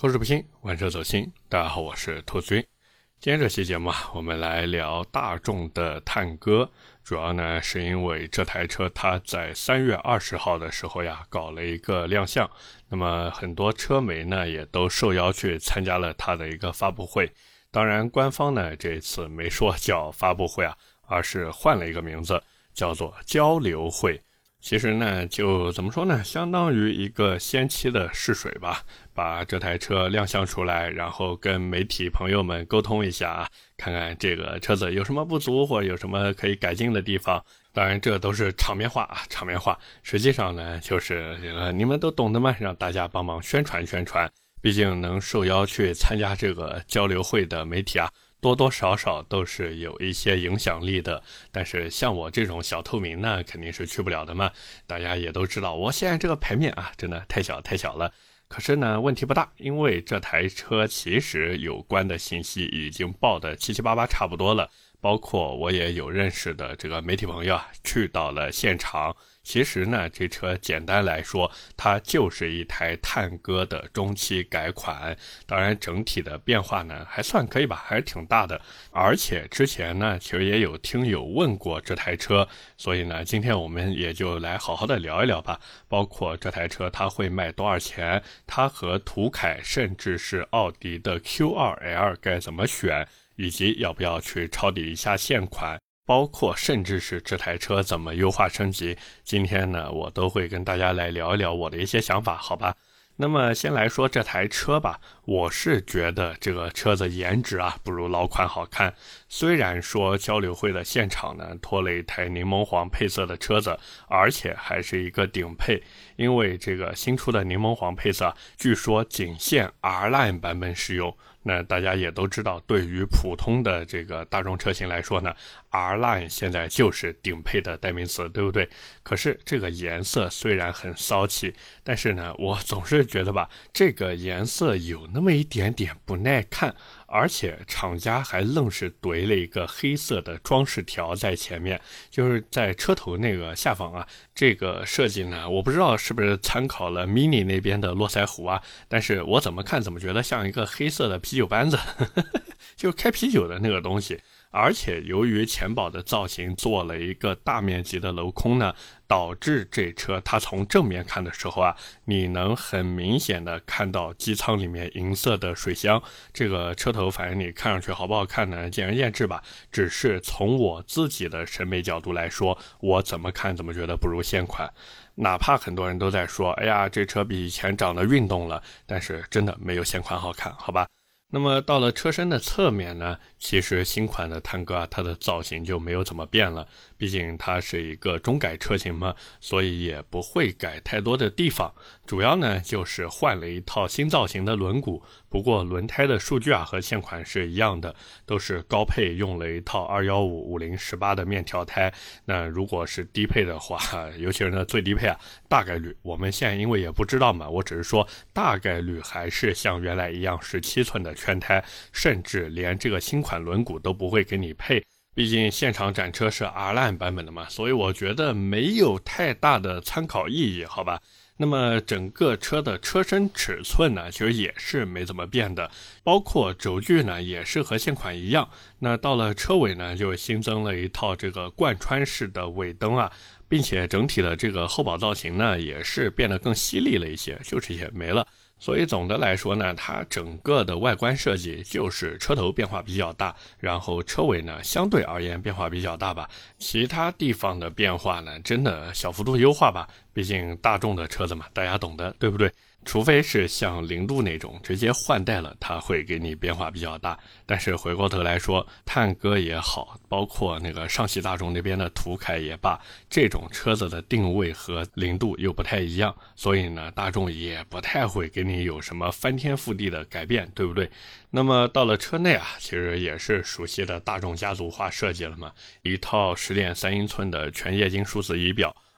后事不清，万事走心。大家好，我是兔子君。今天这期节目我们来聊大众的探歌，主要呢是因为这台车它在3月20号的时候搞了一个亮相，那么很多车媒呢也都受邀去参加了它的一个发布会。当然官方呢这次没说叫发布会而是换了一个名字，叫做交流会。其实呢就怎么说呢，相当于一个先期的试水吧，把这台车亮相出来，然后跟媒体朋友们沟通一下看看这个车子有什么不足或有什么可以改进的地方。当然这都是场面话实际上呢就是你们都懂的嘛，让大家帮忙宣传宣传。毕竟能受邀去参加这个交流会的媒体多多少少都是有一些影响力的，但是像我这种小透明呢肯定是去不了的嘛。大家也都知道我现在这个牌面真的太小了。可是呢问题不大，因为这台车其实有关的信息已经报的七七八八差不多了，包括我也有认识的这个媒体朋友去到了现场。其实呢这车简单来说它就是一台探歌的中期改款，当然整体的变化呢还算可以吧，还是挺大的。而且之前呢其实也有听友问过这台车，所以呢今天我们也就来好好的聊一聊吧，包括这台车它会卖多少钱，它和途凯甚至是奥迪的 Q2L 该怎么选，以及要不要去抄底一下现款，包括甚至是这台车怎么优化升级，今天呢我都会跟大家来聊一聊我的一些想法，好吧。那么先来说这台车吧，我是觉得这个车子颜值不如老款好看。虽然说交流会的现场呢拖了一台柠檬黄配色的车子，而且还是一个顶配，因为这个新出的柠檬黄配色据说仅限 R-Line 版本使用。那大家也都知道，对于普通的这个大众车型来说呢， R-Line 现在就是顶配的代名词，对不对？可是这个颜色虽然很骚气，但是呢我总是觉得吧，这个颜色有那么一点点不耐看，而且厂家还愣是怼了一个黑色的装饰条在前面，就是在车头那个下方这个设计呢我不知道是不是参考了 Mini 那边的络腮胡但是我怎么看怎么觉得像一个黑色的啤酒班子就是开啤酒的那个东西。而且由于前保的造型做了一个大面积的镂空呢，导致这车它从正面看的时候你能很明显的看到机舱里面银色的水箱。这个车头反正你看上去好不好看呢，见仁见智吧，只是从我自己的审美角度来说，我怎么看怎么觉得不如现款。哪怕很多人都在说哎呀这车比以前长得运动了，但是真的没有现款好看，好吧。那么到了车身的侧面呢，其实新款的探歌它的造型就没有怎么变了，毕竟它是一个中改车型嘛，所以也不会改太多的地方。主要呢就是换了一套新造型的轮毂，不过轮胎的数据和现款是一样的，都是高配用了一套215/5018的面条胎。那如果是低配的话，尤其是呢最低配大概率我们现在因为也不知道嘛，我只是说大概率还是像原来一样17寸的圈胎，甚至连这个新款轮毂都不会给你配。毕竟现场展车是 R-Line 版本的嘛，所以我觉得没有太大的参考意义，好吧。那么整个车的车身尺寸呢其实也是没怎么变的，包括轴距呢也是和现款一样。那到了车尾呢就新增了一套这个贯穿式的尾灯并且整体的这个后保造型呢也是变得更犀利了一些，就这些没了。所以总的来说呢，它整个的外观设计就是车头变化比较大，然后车尾呢相对而言变化比较大吧，其他地方的变化呢真的小幅度优化吧，毕竟大众的车子嘛，大家懂的，对不对？除非是像零度那种直接换代了，它会给你变化比较大。但是回过头来说，探歌也好，包括那个上汽大众那边的途凯也罢，这种车子的定位和零度又不太一样，所以呢大众也不太会给你有什么翻天覆地的改变，对不对？那么到了车内其实也是熟悉的大众家族化设计了嘛，一套10.3英寸的全液晶数字仪表，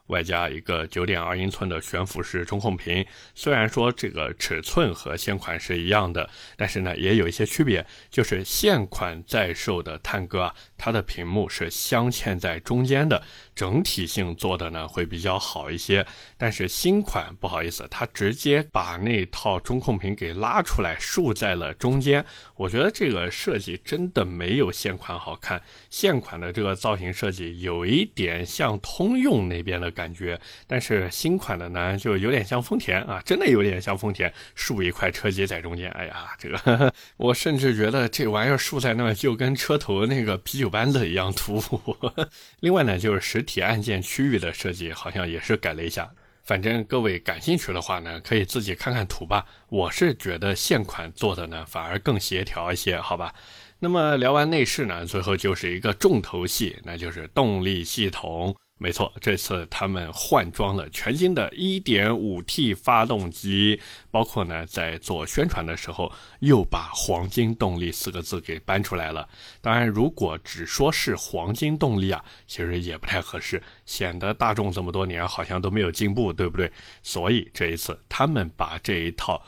外加一个 9.2 英寸的悬浮式中控屏。虽然说这个尺寸和现款是一样的，但是呢也有一些区别，就是现款在售的探歌啊，它的屏幕是镶嵌在中间的，整体性做的呢会比较好一些。但是新款不好意思，它直接把那套中控屏给拉出来竖在了中间，我觉得这个设计真的没有现款好看。现款的这个造型设计有一点像通用那边的感觉，但是新款的呢就有点像丰田啊，真的有点像丰田，竖一块车机在中间。哎呀，这个我甚至觉得这玩意儿竖在那就跟车头那个啤酒班子一样突兀。另外呢，就是实体按键区域的设计好像也是改了一下。反正各位感兴趣的话呢，可以自己看看图吧。我是觉得现款做的呢反而更协调一些，好吧。那么聊完内饰呢，最后就是一个重头戏，那就是动力系统。没错，这次他们换装了全新的 1.5T 发动机，包括呢在做宣传的时候又把黄金动力4个字给搬出来了。当然如果只说是黄金动力啊，其实也不太合适，显得大众这么多年好像都没有进步，对不对？所以这一次他们把这一套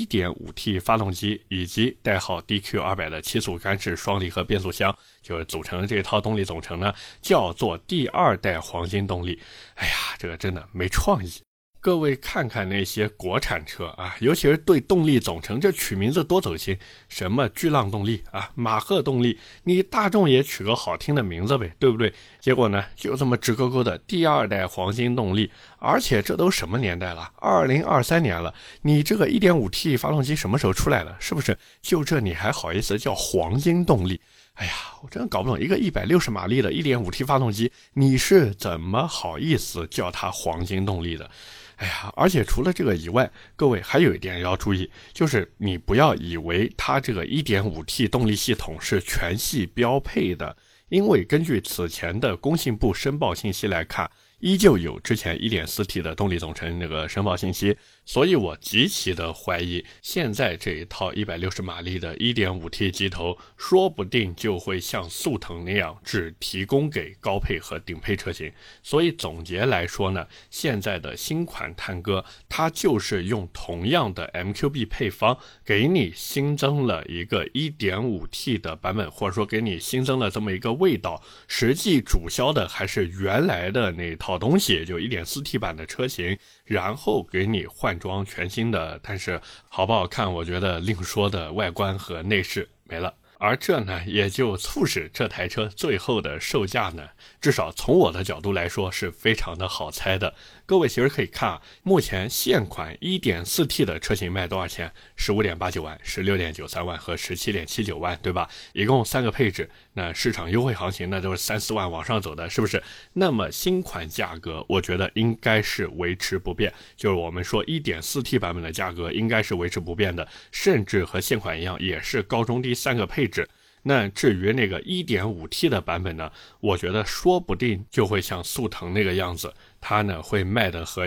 1.5T 发动机以及代号 DQ200 的7速干式双离合变速箱，就是组成这套动力总成呢，叫做第2代黄金动力。哎呀，这个真的没创意。各位看看那些国产车啊，尤其是对动力总成这取名字多走心，什么巨浪动力啊、马赫动力，你大众也取个好听的名字呗，对不对？结果呢，就这么直勾勾的第2代黄金动力，而且这都什么年代了？2023年了，你这个 1.5T 发动机什么时候出来了？是不是？就这你还好意思叫黄金动力？哎呀，我真的搞不懂，一个160马力的 1.5T 发动机，你是怎么好意思叫它黄金动力的？哎呀，而且除了这个以外，各位还有一点要注意，就是你不要以为它这个 1.5T 动力系统是全系标配的，因为根据此前的工信部申报信息来看，依旧有之前 1.4T 的动力总成那个申报信息，所以我极其的怀疑现在这一套160马力的 1.5T 机头说不定就会像速腾那样只提供给高配和顶配车型。所以总结来说呢，现在的新款探歌它就是用同样的 MQB 配方给你新增了一个 1.5T 的版本，或者说给你新增了这么一个味道，实际主销的还是原来的那套东西，就 1.4T 版的车型，然后给你换装全新的，但是好不好看我觉得另说的外观和内饰没了。而这呢也就促使这台车最后的售价呢，至少从我的角度来说是非常的好猜的。各位其实可以看啊，目前现款 1.4T 的车型卖多少钱？ 15.89万、16.93万和17.79万，对吧？一共3个配置，那市场优惠行情那都是3-4万往上走的，是不是？那么新款价格我觉得应该是维持不变，就是我们说 1.4T 版本的价格应该是维持不变的，甚至和现款一样也是高中低3个配置。那至于那个 1.5T 的版本呢，我觉得说不定就会像速腾那个样子，它呢会卖的和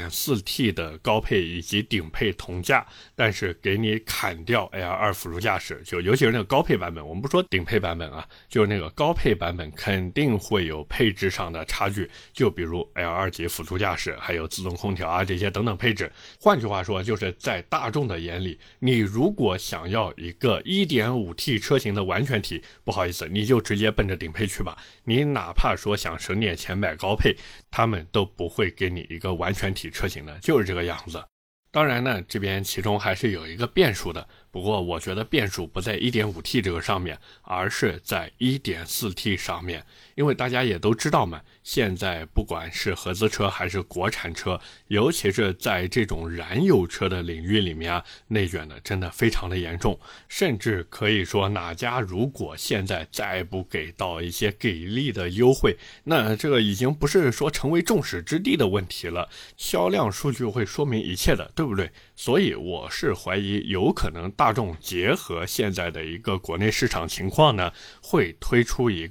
1.4T 的高配以及顶配同价，但是给你砍掉 L2 辅助驾驶，就尤其是那个高配版本，我们不说顶配版本啊，就是那个高配版本肯定会有配置上的差距，就比如 L2 级辅助驾驶，还有自动空调啊这些等等配置。换句话说，就是在大众的眼里，你如果想要一个 1.5T 车型的完全体，不好意思，你就直接奔着顶配去吧，你哪怕说想省点钱买高配，他们都不会给你一个完全体车型的，就是这个样子。当然呢，这边其中还是有一个变数的，不过我觉得变数不在 1.5T 这个上面，而是在 1.4T 上面。因为大家也都知道嘛，现在不管是合资车还是国产车，尤其是在这种燃油车的领域里面啊，内卷的真的非常的严重，甚至可以说哪家如果现在再不给到一些给力的优惠，那这个已经不是说成为众矢之的的问题了，销量数据会说明一切的，对不对？所以我是怀疑有可能大众结合现在的一个国内市场情况呢，会推出一个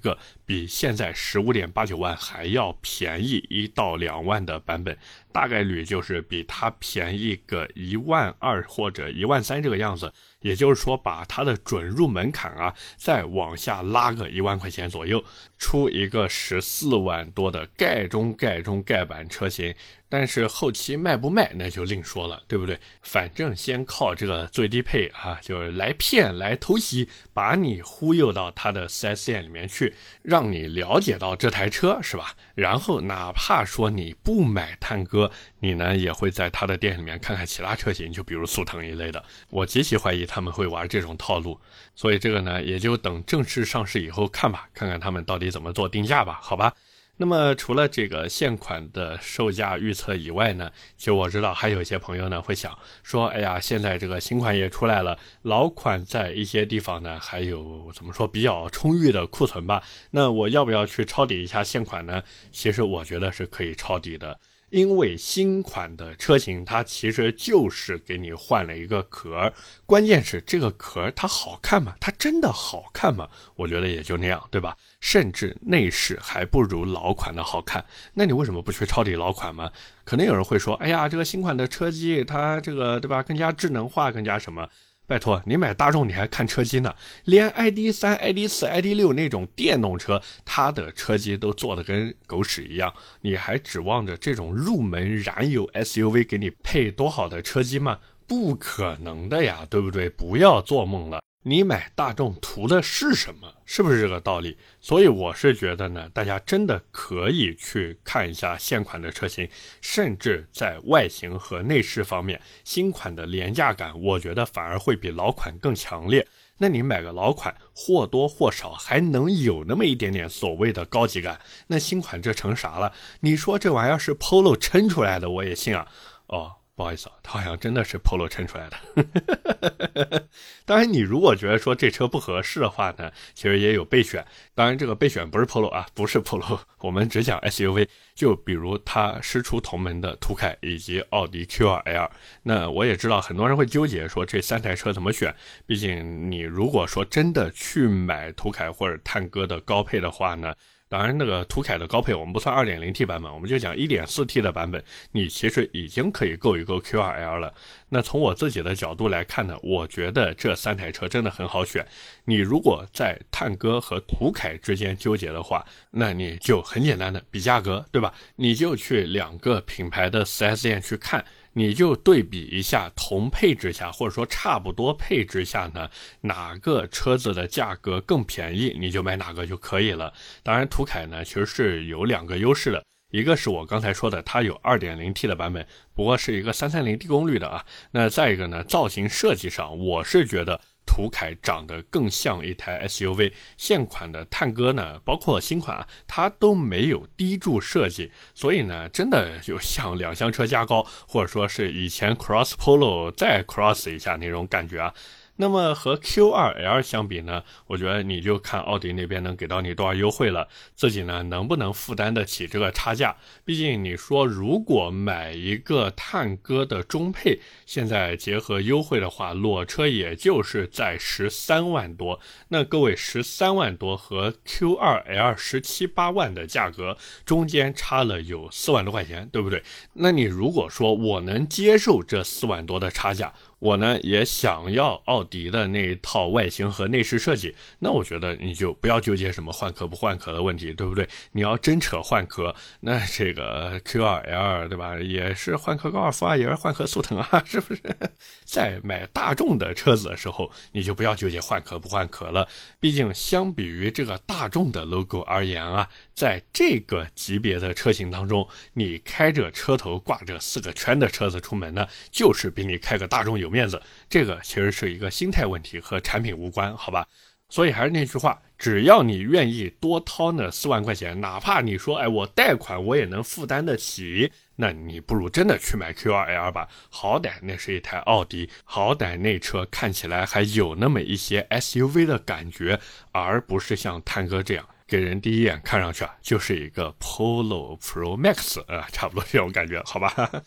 比现在15.89万还要便宜1到2万的版本，大概率就是比它便宜个12000或者13000这个样子。也就是说，把它的准入门槛啊再往下拉个1万块钱左右，出一个14万多的盖中盖版车型。但是后期卖不卖那就另说了，对不对？反正先靠这个最低配啊，就是来骗来偷袭，把你忽悠到他的 4S 店里面去，让你了解到这台车，是吧？然后哪怕说你不买探戈，你呢也会在他的店里面看看其他车型，就比如速腾一类的。我极其怀疑他们会玩这种套路，所以这个呢也就等正式上市以后看吧，看看他们到底怎么做定价吧，好吧？那么除了这个现款的售价预测以外呢，其实我知道还有一些朋友呢会想说，哎呀，现在这个新款也出来了，老款在一些地方呢还有怎么说比较充裕的库存吧，那我要不要去抄底一下现款呢？其实我觉得是可以抄底的。因为新款的车型它其实就是给你换了一个壳，关键是这个壳它好看吗？它真的好看吗？我觉得也就那样，对吧？甚至内饰还不如老款的好看，那你为什么不去抄底老款吗？可能有人会说，哎呀，这个新款的车机它这个对吧更加智能化，更加什么，拜托，你买大众你还看车机呢？连 ID.3、ID.4、ID.6 那种电动车，它的车机都做得跟狗屎一样，你还指望着这种入门燃油 SUV 给你配多好的车机吗？不可能的呀，对不对？不要做梦了。你买大众图的是什么？是不是这个道理？所以我是觉得呢，大家真的可以去看一下现款的车型，甚至在外形和内饰方面，新款的廉价感我觉得反而会比老款更强烈。那你买个老款，或多或少还能有那么一点点所谓的高级感，那新款这成啥了？你说这玩意儿是 Polo 撑出来的，我也信啊。哦，不好意思啊，它好像真的是 Polo 撑出来的。当然你如果觉得说这车不合适的话呢，其实也有备选。当然这个备选不是 Polo 啊，不是 Polo， 我们只讲 SUV， 就比如它师出同门的途凯以及奥迪 Q2L。 那我也知道很多人会纠结说这3台车怎么选，毕竟你如果说真的去买途凯或者探戈的高配的话呢，当然那个途凯的高配我们不算 2.0T 版本，我们就讲 1.4T 的版本，你其实已经可以够一够 Q2L 了。那从我自己的角度来看呢，我觉得这3台车真的很好选。你如果在探戈和途凯之间纠结的话，那你就很简单的比价格，对吧？你就去2个品牌的 4S 店去看，你就对比一下同配置下或者说差不多配置下呢，哪个车子的价格更便宜，你就买哪个就可以了。当然途凯呢其实是有2个优势的，一个是我刚才说的它有 2.0T 的版本，不过是一个 330D 功率的啊。那再一个呢，造型设计上我是觉得途凯长得更像一台 SUV， 现款的探戈呢包括新款啊，它都没有低柱设计，所以呢真的就像2厢车加高，或者说是以前 Cross Polo 再 Cross 一下那种感觉啊。那么和 Q2L 相比呢，我觉得你就看奥迪那边能给到你多少优惠了，自己呢能不能负担得起这个差价。毕竟你说如果买一个探戈的中配，现在结合优惠的话，裸车也就是在13万多，那各位13万多和 Q2L 17、8万的价格中间差了有4万多块钱，对不对？那你如果说我能接受这4万多的差价，我呢也想要奥迪的那一套外形和内饰设计，那我觉得你就不要纠结什么换壳不换壳的问题，对不对？你要真扯换壳，那这个 Q2L 对吧，也是换壳高尔夫啊，也是换壳速腾啊，是不是？在买大众的车子的时候，你就不要纠结换壳不换壳了，毕竟相比于这个大众的 logo 而言啊，在这个级别的车型当中，你开着车头挂着4个圈的车子出门呢，就是比你开个大众有面子，这个其实是一个心态问题，和产品无关，好吧？所以还是那句话，只要你愿意多掏那4万块钱，哪怕你说我贷款我也能负担得起，那你不如真的去买 Q2L 吧，好歹那是一台奥迪，好歹那车看起来还有那么一些 SUV 的感觉，而不是像探戈这样给人第一眼看上去就是一个 Polo Pro Max 差不多这种感觉，好吧？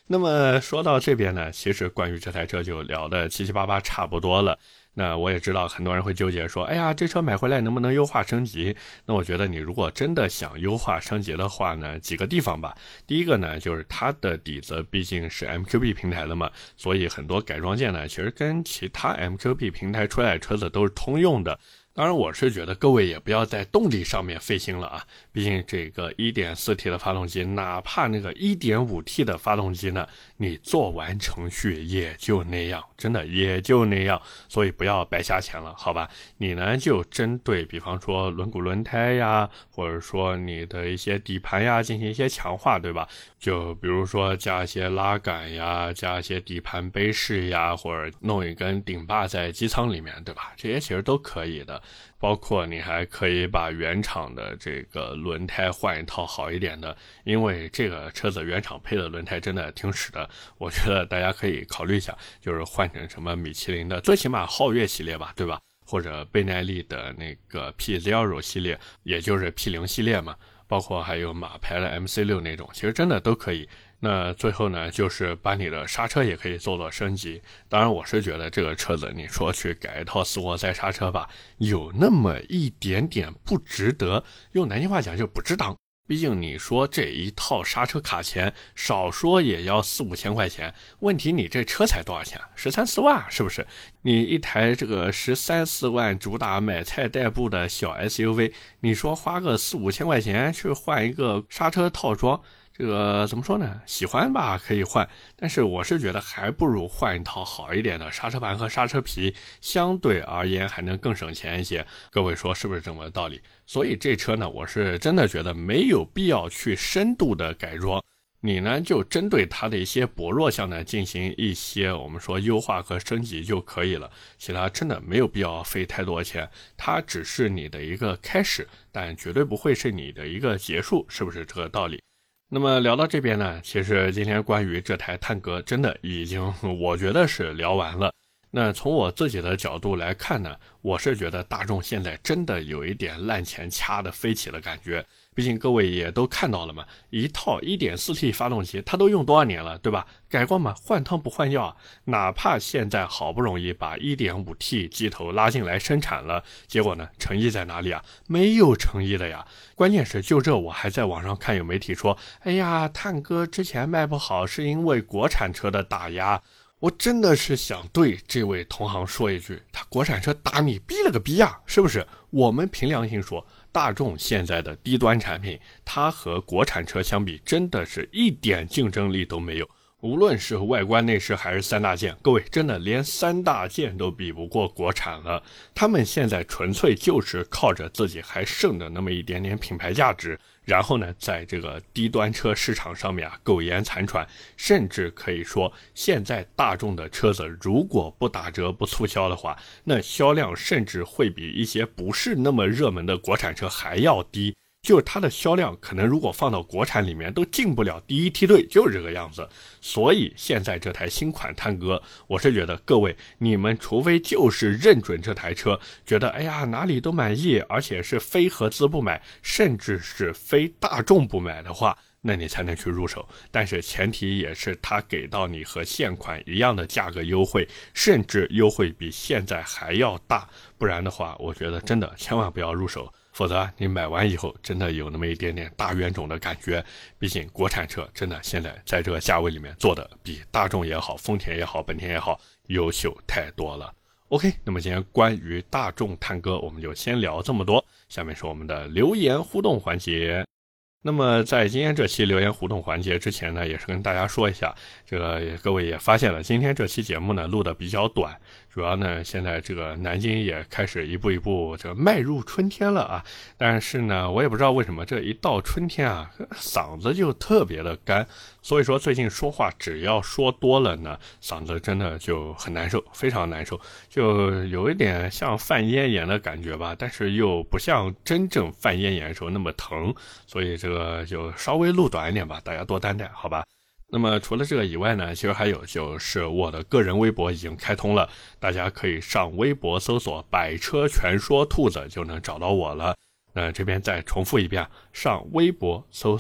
那么说到这边呢，其实关于这台车就聊的七七八八差不多了。那我也知道很多人会纠结说，哎呀，这车买回来能不能优化升级？那我觉得你如果真的想优化升级的话呢，几个地方吧。第一个呢，就是它的底子毕竟是 MQB 平台的嘛，所以很多改装件呢，其实跟其他 MQB 平台出来的车子都是通用的。当然我是觉得各位也不要在动力上面费心了啊，毕竟这个 1.4T 的发动机，哪怕那个 1.5T 的发动机呢，你做完程序也就那样，真的也就那样，所以不要白瞎钱了，好吧？你呢就针对比方说轮毂轮胎呀，或者说你的一些底盘呀进行一些强化，对吧？就比如说加一些拉杆呀，加一些底盘杯饰呀，或者弄一根顶把在机舱里面，对吧？这些其实都可以的。包括你还可以把原厂的这个轮胎换一套好一点的，因为这个车子原厂配的轮胎真的挺屎的，我觉得大家可以考虑一下，就是换成什么米其林的，最起码皓月系列吧，对吧？或者倍耐力的那个 P0 系列，也就是 P0 系列嘛，包括还有马牌的 MC6 那种，其实真的都可以。那最后呢，就是把你的刹车也可以做升级。当然我是觉得这个车子你说去改一套4活塞刹车吧，有那么一点点不值得，用南京话讲就不值当。毕竟你说这一套刹车卡钳少说也要4-5千块钱，问题你这车才多少钱？13-14万是不是？你一台这个13-14万主打买菜代步的小 SUV， 你说花个4-5千块钱去换一个刹车套装，这个怎么说呢？喜欢吧可以换，但是我是觉得还不如换一套好一点的刹车盘和刹车皮，相对而言还能更省钱一些。各位说是不是这么个道理？所以这车呢，我是真的觉得没有必要去深度的改装。你呢就针对它的一些薄弱项呢进行一些我们说优化和升级就可以了，其他真的没有必要费太多钱，它只是你的一个开始，但绝对不会是你的一个结束，是不是这个道理？那么聊到这边呢，其实今天关于这台探戈真的已经我觉得是聊完了。那从我自己的角度来看呢，我是觉得大众现在真的有一点烂钱掐的飞起的感觉。毕竟各位也都看到了嘛，一套 1.4T 发动机它都用多少年了，对吧？改过嘛，换汤不换药。哪怕现在好不容易把 1.5T 机头拉进来生产了，结果呢，诚意在哪里啊？没有诚意的呀。关键是就这我还在网上看有媒体说，哎呀，探戈之前卖不好是因为国产车的打压。我真的是想对这位同行说一句，他国产车打你逼了个逼啊，是不是？我们凭良心说，大众现在的低端产品，它和国产车相比，真的是一点竞争力都没有。无论是外观内饰还是三大件，各位真的连三大件都比不过国产了。他们现在纯粹就是靠着自己还剩的那么一点点品牌价值，然后呢，在这个低端车市场上面苟延残喘，甚至可以说，现在大众的车子如果不打折不促销的话，那销量甚至会比一些不是那么热门的国产车还要低。就是它的销量可能如果放到国产里面都进不了第一梯队，就是这个样子。所以现在这台新款探戈，我是觉得各位你们除非就是认准这台车，觉得哎呀哪里都满意，而且是非合资不买，甚至是非大众不买的话，那你才能去入手。但是前提也是它给到你和现款一样的价格优惠，甚至优惠比现在还要大，不然的话我觉得真的千万不要入手，否则你买完以后真的有那么一点点大冤种的感觉。毕竟国产车真的现在在这个价位里面做的比大众也好，丰田也好，本田也好优秀太多了。 OK， 那么今天关于大众探戈我们就先聊这么多，下面是我们的留言互动环节。那么在今天这期留言互动环节之前呢，也是跟大家说一下，这个各位也发现了，今天这期节目呢录的比较短，主要呢现在这个南京也开始一步一步这个迈入春天了啊，但是呢我也不知道为什么这一到春天啊嗓子就特别的干，所以说最近说话只要说多了呢，嗓子真的就很难受，非常难受，就有一点像犯咽炎的感觉吧，但是又不像真正犯咽炎的时候那么疼，所以这个就稍微录短一点吧，大家多担待好吧。那么除了这个以外呢，其实还有就是我的个人微博已经开通了，大家可以上微博搜索百车全说兔子就能找到我了。那这边再重复一遍，上微博搜索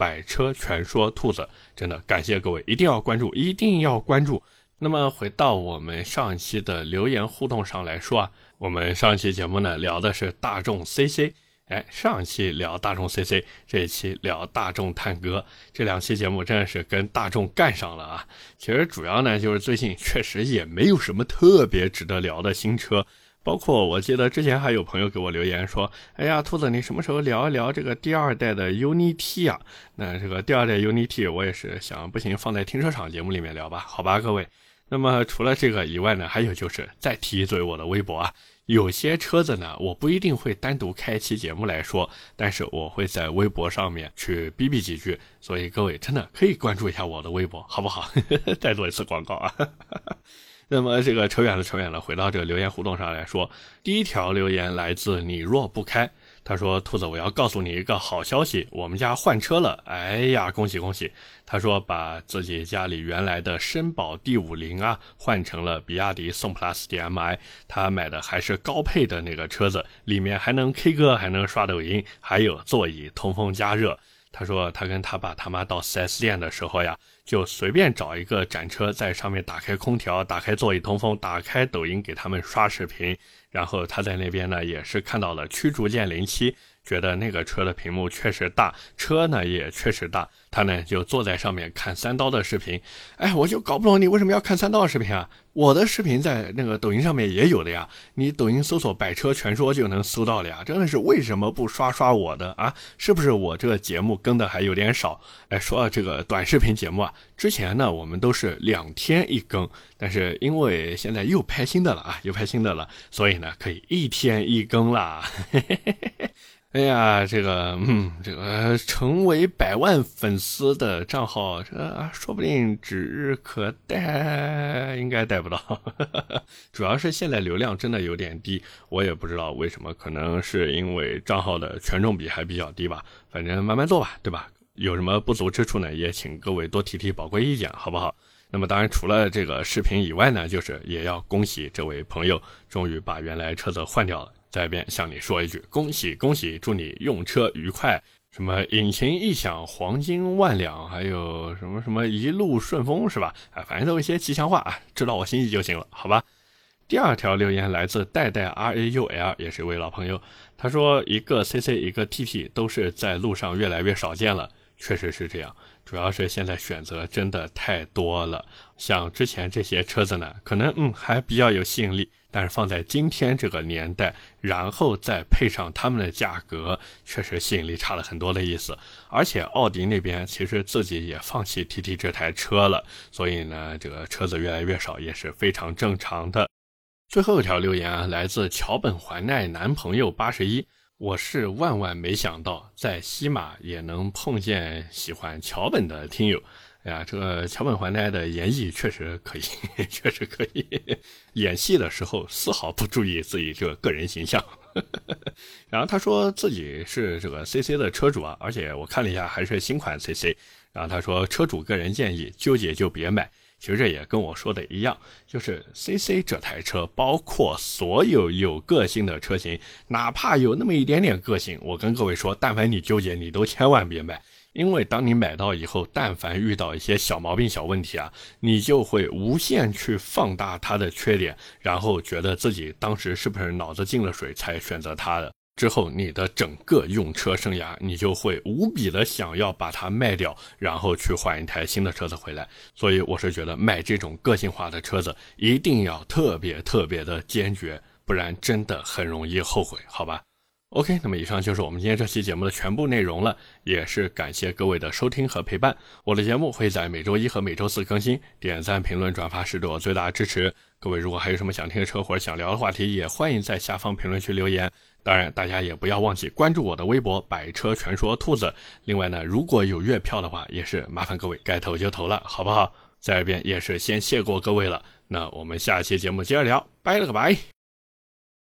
百车全说兔子，真的感谢各位，一定要关注，一定要关注。那么回到我们上一期的留言互动上来说啊，我们上一期节目呢聊的是大众 CC， 上一期聊大众 CC， 这一期聊大众探歌，这两期节目真的是跟大众干上了啊。其实主要呢就是最近确实也没有什么特别值得聊的新车，包括我记得之前还有朋友给我留言说，哎呀兔子你什么时候聊一聊这个第二代的 UNI-T 啊？那这个第二代 UNI-T 我也是想不行放在停车场节目里面聊吧，好吧各位。那么除了这个以外呢，还有就是再提一嘴我的微博啊，有些车子呢我不一定会单独开一期节目来说，但是我会在微博上面去逼逼几句，所以各位真的可以关注一下我的微博好不好？再做一次广告啊。那么这个扯远了，回到这个留言互动上来说，第一条留言来自你若不开，他说兔子我要告诉你一个好消息，我们家换车了，哎呀恭喜恭喜。他说把自己家里原来的绅宝 D50 啊换成了比亚迪宋 plus DM-i， 他买的还是高配的那个车子，里面还能 K 歌，还能刷抖音，还有座椅通风加热。他说他跟他爸他妈到 4S 店的时候呀，就随便找一个展车，在上面打开空调，打开座椅通风，打开抖音给他们刷视频。然后他在那边呢也是看到了驱逐舰07，觉得那个车的屏幕确实大，车呢也确实大，他呢就坐在上面看三刀的视频。我就搞不懂你为什么要看三刀的视频啊？我的视频在那个抖音上面也有的呀，你抖音搜索百车全说就能搜到了呀，真的是为什么不刷刷我的啊？是不是我这个节目更的还有点少？说到这个短视频节目啊，之前呢我们都是2天1更，但是因为现在又拍新的了，所以呢可以1天1更啦。哎呀，这个成为100万粉丝的账号，这说不定指日可待，应该待不到。主要是现在流量真的有点低，我也不知道为什么，可能是因为账号的权重比还比较低吧。反正慢慢做吧，对吧？有什么不足之处呢，也请各位多提提宝贵意见，好不好？那么当然除了这个视频以外呢，就是也要恭喜这位朋友终于把原来车子换掉了，在这边向你说一句恭喜恭喜，祝你用车愉快，什么引擎一响黄金万两，还有什么一路顺风是吧？反正都一些吉祥话啊，知道我心意就行了，好吧？第二条留言来自代代 RAUL， 也是一位老朋友，他说一个 CC 一个 TT 都是在路上越来越少见了，确实是这样，主要是现在选择真的太多了，像之前这些车子呢可能还比较有吸引力，但是放在今天这个年代，然后再配上他们的价格，确实吸引力差了很多的意思。而且奥迪那边其实自己也放弃 TT 这台车了，所以呢这个车子越来越少也是非常正常的。最后一条留言啊，来自桥本环奈男朋友81，我是万万没想到在西马也能碰见喜欢桥本的听友。这个桥本环奈的演绎确实可以，确实可以，演戏的时候丝毫不注意自己这个个人形象。然后他说自己是这个 CC 的车主啊，而且我看了一下还是新款 CC。然后他说车主个人建议纠结就别买。其实这也跟我说的一样，就是 CC 这台车包括所有有个性的车型，哪怕有那么一点点个性，我跟各位说，但凡你纠结你都千万别买，因为当你买到以后，但凡遇到一些小毛病小问题啊，你就会无限去放大它的缺点，然后觉得自己当时是不是脑子进了水才选择它的，之后你的整个用车生涯你就会无比的想要把它卖掉，然后去换一台新的车子回来。所以我是觉得买这种个性化的车子一定要特别的坚决，不然真的很容易后悔，好吧？ OK， 那么以上就是我们今天这期节目的全部内容了，也是感谢各位的收听和陪伴。我的节目会在每周1和每周4更新，点赞评论转发是对我最大的支持。各位如果还有什么想听的车或者想聊的话题，也欢迎在下方评论区留言。当然大家也不要忘记关注我的微博百车全说兔子。另外呢，如果有月票的话，也是麻烦各位该投就投了，好不好？在这边也是先谢过各位了，那我们下期节目接着聊，拜了个拜。